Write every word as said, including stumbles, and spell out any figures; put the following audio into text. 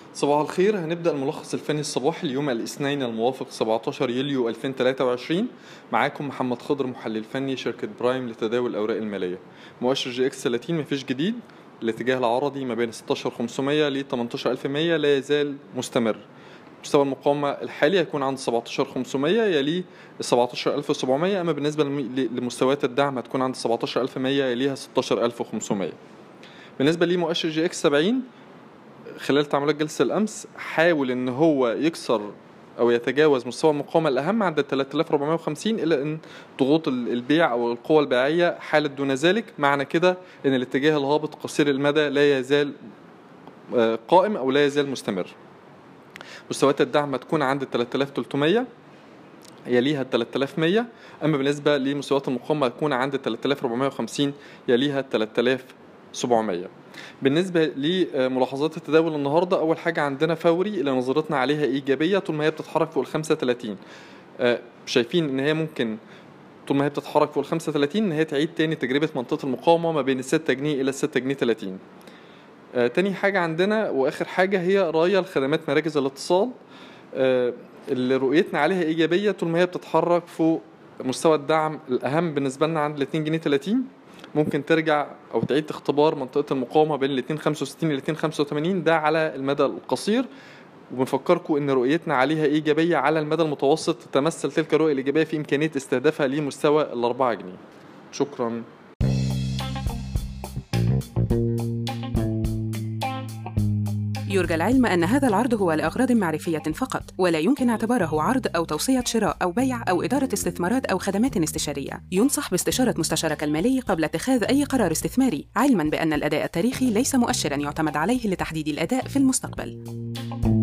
صباح الخير. هنبدأ الملخص الفني الصباحي اليوم الاثنين الموافق سبعتاشر يوليو ألفين وثلاثة وعشرين. معاكم محمد خضر، محلل فني شركة برايم لتداول الأوراق المالية. مؤشر جي اكس ثلاثين مفيش جديد. الاتجاه العرضي ما بين ستاشر ألف وخمسمية ل تمنتاشر ألف ومية لا يزال مستمر. مستوى المقاومة الحالي هيكون عند سبعتاشر ألف وخمسمية يليه سبعتاشر ألف وسبعمية، أما بالنسبة لمستويات الدعم هتكون عند سبعتاشر ألف ومية يليها ستاشر ألف وخمسمية. بالنسبة لمؤشر جي اكس سبعين، خلال تعاملات جلسة الأمس حاول إن هو يكسر أو يتجاوز مستوى المقاومة الأهم عند ثلاثة آلاف وأربعمية وخمسين، إلا أن ضغوط البيع أو القوى البيعية حالت دون ذلك. معنى كده أن الاتجاه الهابط قصير المدى لا يزال قائم أو لا يزال مستمر. مستويات الدعم هتكون عند ثلاثة آلاف وثلاثمية يليها ثلاثة آلاف ومية، أما بالنسبة لمستويات المقاومة هتكون عند ثلاثة آلاف وأربعمية وخمسين يليها ثلاثة آلاف وسبعمية. بالنسبة لملاحظات التداول النهاردة، أول حاجة عندنا فوري اللي نظرتنا عليها إيجابية طول ما هي بتتحرك فوق الخمسة وثلاثين. شايفين إن هي ممكن طول ما هي بتتحرك فوق الخمسة وثلاثين إن هي تعيد تاني تجربة منطقة المقاومة ما بين الستة جنيه إلى الستة جنيه ثلاثين. تاني حاجة عندنا وآخر حاجة هي راية الخدمات مراكز الاتصال، اللي رؤيتنا عليها إيجابية طول ما هي بتتحرك فوق مستوى الدعم الأهم بالنسبة لنا عند الاتنين جنيه ثلاثين. ممكن ترجع أو تعيد اختبار منطقة المقاومة بين الاتنين خمسة وستين والاتنين خمسة وتمانين، ده على المدى القصير. وبنفكركم إن رؤيتنا عليها إيجابية على المدى المتوسط، تتمثل تلك الرؤية الإيجابية في إمكانية استهدافها لمستوى الأربعة جنيه. شكرا. يرجى العلم أن هذا العرض هو لأغراض معرفية فقط، ولا يمكن اعتباره عرض أو توصية شراء أو بيع أو إدارة استثمارات أو خدمات استشارية. ينصح باستشارة مستشارك المالي قبل اتخاذ أي قرار استثماري، علماً بأن الأداء التاريخي ليس مؤشراً يعتمد عليه لتحديد الأداء في المستقبل.